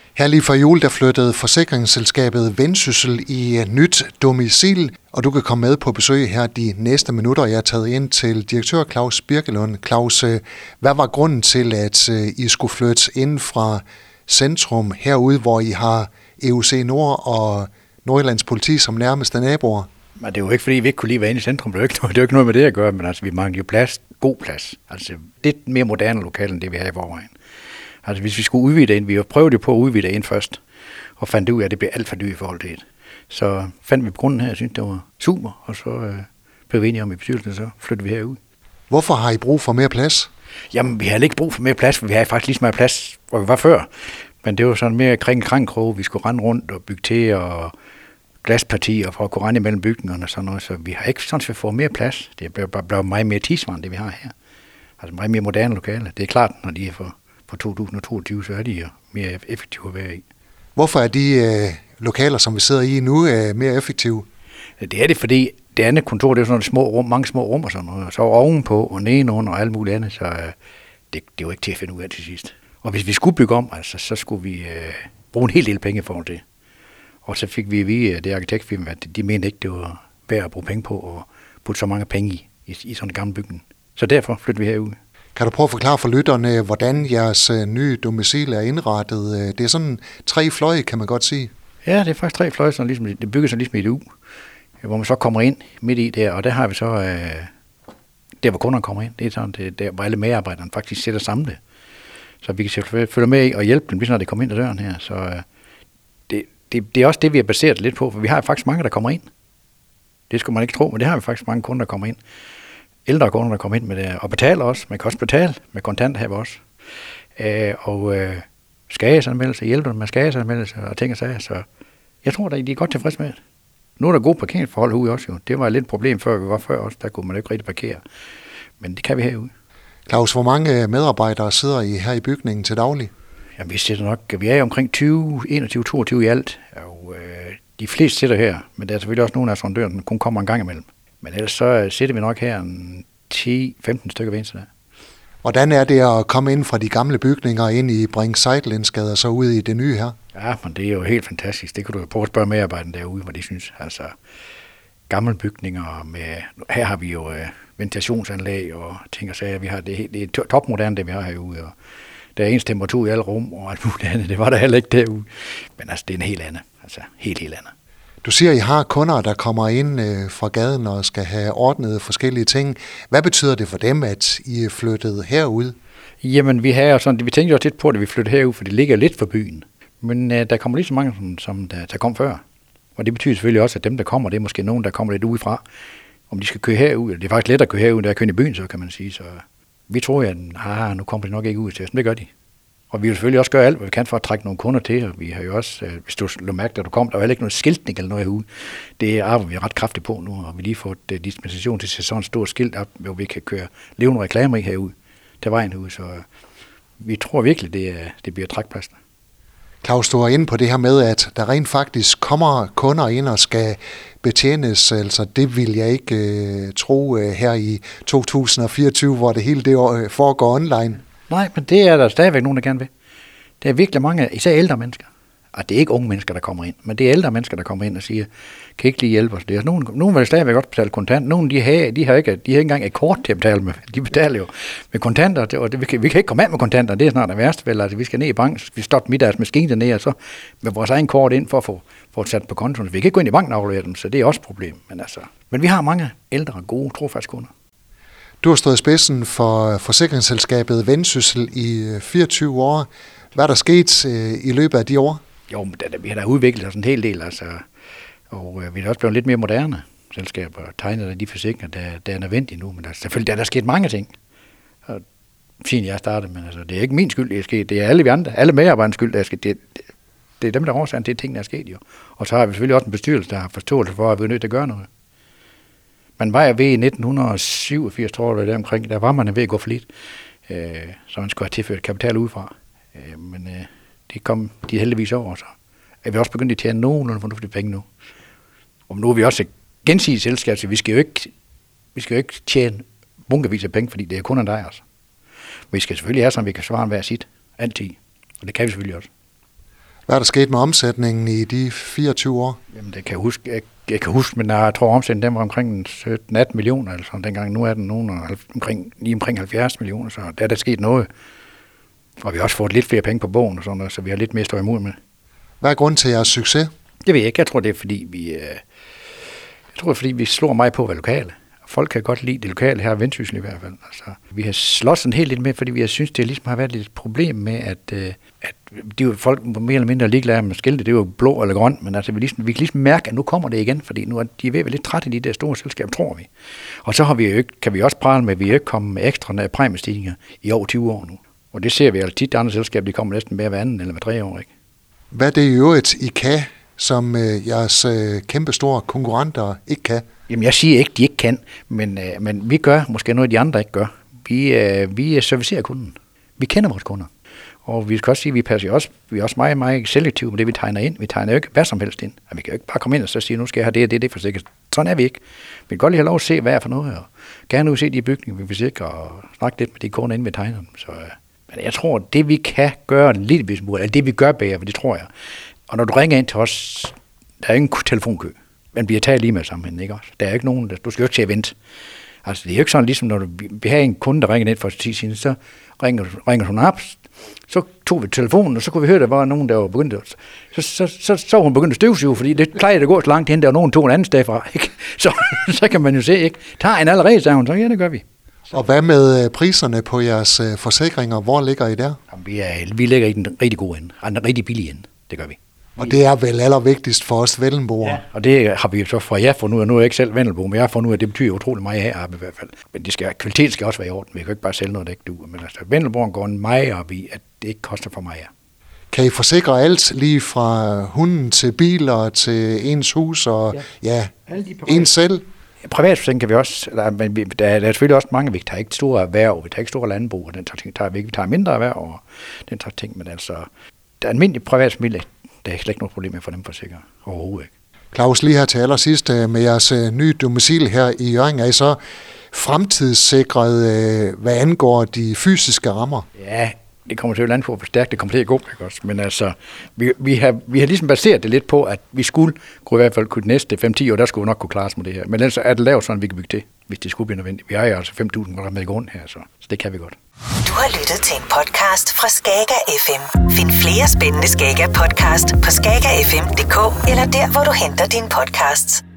Her lige før jul, der flyttede forsikringsselskabet Vendsyssel i nyt domicil, og du kan komme med på besøg her de næste minutter. Jeg er taget ind til direktør Claus Birkelund. Claus, hvad var grunden til, at I skulle flytte ind fra centrum herude, hvor I har EUC Nord og Nordjyllands politi som nærmeste naboer? Men det er jo ikke, fordi vi ikke kunne lige være inde i centrum. Det er jo ikke noget med det at gøre, men altså, vi mangler jo plads. God plads. Altså lidt mere moderne lokale, end det vi har i forvejen. Altså hvis vi skulle udvide det ind, vi prøvede jo på at udvide det ind først, og fandt ud af, at det blev alt for dyrt i forhold til det. Så fandt vi på grunden her, jeg synes det var super, og så blev vi enige om i bestyrelsen, så flyttede vi herud. Hvorfor har I brug for mere plads? Jamen, vi har ikke brug for mere plads, for vi har faktisk lige så meget plads, hvor vi var før. Men det var sådan mere kringkrog, vi skulle rende rundt og bygge til, og glaspartier for at kunne rende imellem bygningerne og sådan noget, så vi har ikke sådan, at vi får mere plads. Det er blevet meget mere tidsvarende, det vi har her. Altså meget mere moderne lokale. Det er klart, når de er for 2022, så er de jo mere effektive at være i. Hvorfor er de lokaler, som vi sidder i nu, mere effektive? Det er det, fordi det andet kontor, det er sådan små rum, mange små rum og sådan noget. Og så ovenpå og nedenunder og alt muligt andet, så det er jo ikke til at finde ud af til sidst. Og hvis vi skulle bygge om, altså, så skulle vi bruge en hel del penge for det. Og så fik vi vide det arkitektfirma, at de mente ikke, det var værd at bruge penge på og putte så mange penge i sådan en gammel bygning. Så derfor flyttede vi herud. Kan du prøve at forklare for lytterne, hvordan jeres nye domicil er indrettet? Det er sådan 3 fløje, kan man godt sige. Ja, det er faktisk 3 fløje, så ligesom, det bygger sig ligesom i et U, hvor man så kommer ind midt i der, og der har vi så, der hvor kunderne kommer ind, det er sådan, det der hvor alle medarbejderne faktisk sætter samlet. Så vi kan følge med i og hjælpe dem, når de kommer ind ad døren her. Så det er også det, vi har baseret lidt på, for vi har faktisk mange, der kommer ind. Det skulle man ikke tro, men det har vi faktisk mange kunder, der kommer ind. Ældre kunder, der kommer ind med det, og betaler også. Man kan også betale med kontant her også. Skadesanmeldelse, hjælper dem med skadesanmeldelse og ting og sager. Så jeg tror, at de er godt tilfredse med det. Nu er der gode parkeringsforhold herude også jo. Det var lidt et problem før, vi var før også. Der kunne man ikke rigtig parkere. Men det kan vi herude. Claus, hvor mange medarbejdere sidder I her i bygningen til daglig? Jamen, vi er omkring 21-22 i alt. Og de fleste sidder her, men der er selvfølgelig også nogle af sondørerne, der kun kommer en gang imellem. Men ellers så sidder vi nok her 10-15 stykker ved eneste dag. Hvordan er det at komme ind fra de gamle bygninger ind i Bring Seitlensgade og så ud i det nye her? Ja, men det er jo helt fantastisk. Det kan du jo prøve at spørge medarbejderne derude, hvad de synes. Altså, gamle bygninger med... Her har vi jo ventilationsanlæg og ting og sager. Vi har det er topmoderne, det vi har herude. Og der er ens temperatur i alle rum og alt muligt andet. Det var der heller ikke derude. Men altså, det er en helt andet. Altså, helt andet. Du siger, at I har kunder, der kommer ind fra gaden og skal have ordnet forskellige ting. Hvad betyder det for dem, at I er flyttet herud? Jamen, vi tænkte jo lidt på det, vi flyttede herud, for det ligger lidt for byen. Men der kommer lige så mange, som der kom før. Og det betyder selvfølgelig også, at dem, der kommer, det er måske nogen, der kommer lidt udefra. Om de skal køre herud, det er faktisk let at køre herud, der er køre i byen, så kan man sige. Så vi tror, at nu kommer de nok ikke ud til os. Det gør de. Og vi vil selvfølgelig også gøre alt, hvad vi kan for at trække nogle kunder til, og vi har jo også, hvis du lå mærke, da du kom, der var heller ikke noget skiltning eller noget herude. Det arbejder vi ret kraftigt på nu, og vi lige fået dispensation til sådan et stort skilt op, hvor vi kan køre levende reklamer i herude, til vejen herude, så vi tror virkelig, det bliver trækplads. Claus, du er inde på det her med, at der rent faktisk kommer kunder ind og skal betjenes, altså det vil jeg ikke tro her i 2024, hvor det hele det foregår online. Nej, men det er der stadigvæk nogen, der gerne vil. Der er virkelig mange, især ældre mennesker. Og det er ikke unge mennesker, der kommer ind, men det er ældre mennesker, der kommer ind og siger, kan ikke lige hjælpe os? Det er nogen vil stadigvæk godt betale kontant. Nogle de har ikke engang et kort til at betale med. De betaler jo med kontanter, og vi kan ikke komme af med kontanter. Det er snart det værste, vel? Altså, vi skal ned i banken, vi stopper middags maskine dernede, og så med vores egen kort ind for at få sat på kontoen. Vi kan ikke gå ind i banken og aflevere dem, så det er også et problem. Men vi har mange ældre, gode, trofaste kunder. Du har stået i spidsen for forsikringsselskabet Vendsyssel i 24 år. Hvad er der sket i løbet af de år? Jo, men vi har da udviklet os en hel del, altså. Og vi er også blevet lidt mere moderne selskaber, tegnet af de forsikringer, der er nødvendige nu. Men altså, selvfølgelig der er sket mange ting, siden jeg startede. Men altså, det er ikke min skyld, det er sket. Det er alle vi andre, alle medarbejdernes skyld, der er sket. Det er dem, der er årsagen til, at tingene er sket jo. Og så har vi selvfølgelig også en bestyrelse, der har forståelse for, at vi er nødt til at gøre noget. Man var ved i 1987, tror jeg, deromkring, der var man ved at gå for lidt, så man skulle have tilført kapital udefra. Men det kom de heldigvis over, så er vi også begyndt at tjene nogenlunde fornuftige penge nu. Og nu er vi også et gensidigt selskab, så vi skal jo ikke tjene bunkevis af penge, fordi det er kun en dig også. Men vi skal selvfølgelig have, så vi kan svare hver sit, altid. Og det kan vi selvfølgelig også. Hvad er der sket med omsætningen i de 24 år? Jamen, det kan jeg kan huske, men jeg tror omsætningen den var omkring 17-18 millioner, altså dengang. Nu er den lige omkring 70 millioner, så der er der sket noget. Og vi har også fået lidt flere penge på bogen, og sådan noget, så vi har lidt mere at stå imod med. Hvad er grunden til jeres succes? Det ved jeg ikke. Jeg tror, det er fordi vi slår meget på at være lokale. Folk kan godt lide det lokale her i Vendsyssel i hvert fald. Altså, vi har slås en helt lidt med, fordi vi har synes, det ligesom har været et problem med, at de jo folk mere eller mindre ligeglade med skilte. Det er jo blå eller grøn, men altså, vi kan ligesom mærke, at nu kommer det igen, fordi nu er de ved at være lidt trætte i de der store selskaber, tror vi. Og så kan vi også prale med, at vi ikke kommet med ekstra præmiestigninger i over 20 år nu. Og det ser vi altså tit, de andre selskaber, de kommer næsten med hver anden eller hver 3 år, ikke? Hvad er det i øvrigt, I kan, som jeres kæmpe store konkurrenter ikke kan? Jamen, jeg siger ikke, de ikke kan, men vi gør måske noget, de andre ikke gør. Vi servicerer kunden. Vi kender vores kunder. Og vi skal også sige, at vi er også meget, meget selektive med det, vi tegner ind. Vi tegner jo ikke hvad som helst ind. Og vi kan jo ikke bare komme ind og så sige, nu skal jeg have det forsikret. Sådan er vi ikke. Vi kan godt lige have lov at se, hvad er for noget. Og gerne se de bygninger, vi forsikrer, og snakke lidt med de kunder, inden vi tegner dem. Så, men jeg tror, det vi kan gøre en lille smule, eller det vi gør bedre, det tror jeg. Og når du ringer ind til os, der er ingen telefonkø. Men vi har taget lige med sammen, ikke også? Der er ikke nogen, du skal jo ikke til at vente. Altså, det er jo ikke sådan, ligesom når vi har en kunde, der ringer ind for 10 siden, så ringer hun op, så tog vi telefonen, og så kunne vi høre, der var nogen, der var begyndt at... Så hun begyndte at støvsuge, fordi det plejer at gå så langt hen, der var nogen tog en anden sted fra, ikke? Så kan man jo se, ikke? Tager en allerede, sagde hun, så ja, det gør vi. Og hvad med priserne på jeres forsikringer? Hvor ligger I der? Jamen, vi ligger i den rigtig gode ende, den rigtig billige ende, det gør vi. Og det er vel allervigtigst for os vendelboere. Ja, og det har vi så fra jer fundet ud af. Nu er jeg ikke selv vendelbo, men jeg har fundet ud af, at det betyder utrolig meget heroppe i hvert fald. Men kvalitet skal også være i orden. Vi kan ikke bare sælge noget, der ikke duer. Men altså, vendelboeren går meget op i, at det ikke koster for meget. Kan I forsikre alt, lige fra hunden til biler til ens hus og ens selv? Privatforsikring kan vi også, men der er selvfølgelig også mange, vi tager ikke store erhverv, vi tager ikke store landbrug, og den ting tager vi ikke. Vi tager mindre erhverv og den tager ting, men altså, der er almindelig privatfamilie. Der er slet ikke noget problem med at få dem forsikret overhovedet ikke. Claus, lige her til allersidst med jeres nye domicil her i Hjørring, er I så fremtidssikret, hvad angår de fysiske rammer? Ja, det kommer til at lande på, hvor stærkt det kommer til at gå, ikke også? Men altså, vi har ligesom baseret det lidt på, at vi kunne i hvert fald kunne de næste 5-10 år, der skulle vi nok kunne klare os med det her. Men ellers er det lavet sådan, vi kan bygge det, hvis det skulle blive nødvendigt. Vi har jo altså 5.000 kvadratmeter med i grund her, så det kan vi godt. Du har lyttet til en podcast fra Skager FM. Find flere spændende Skager podcast på skagerfm.dk eller der, hvor du henter dine podcasts.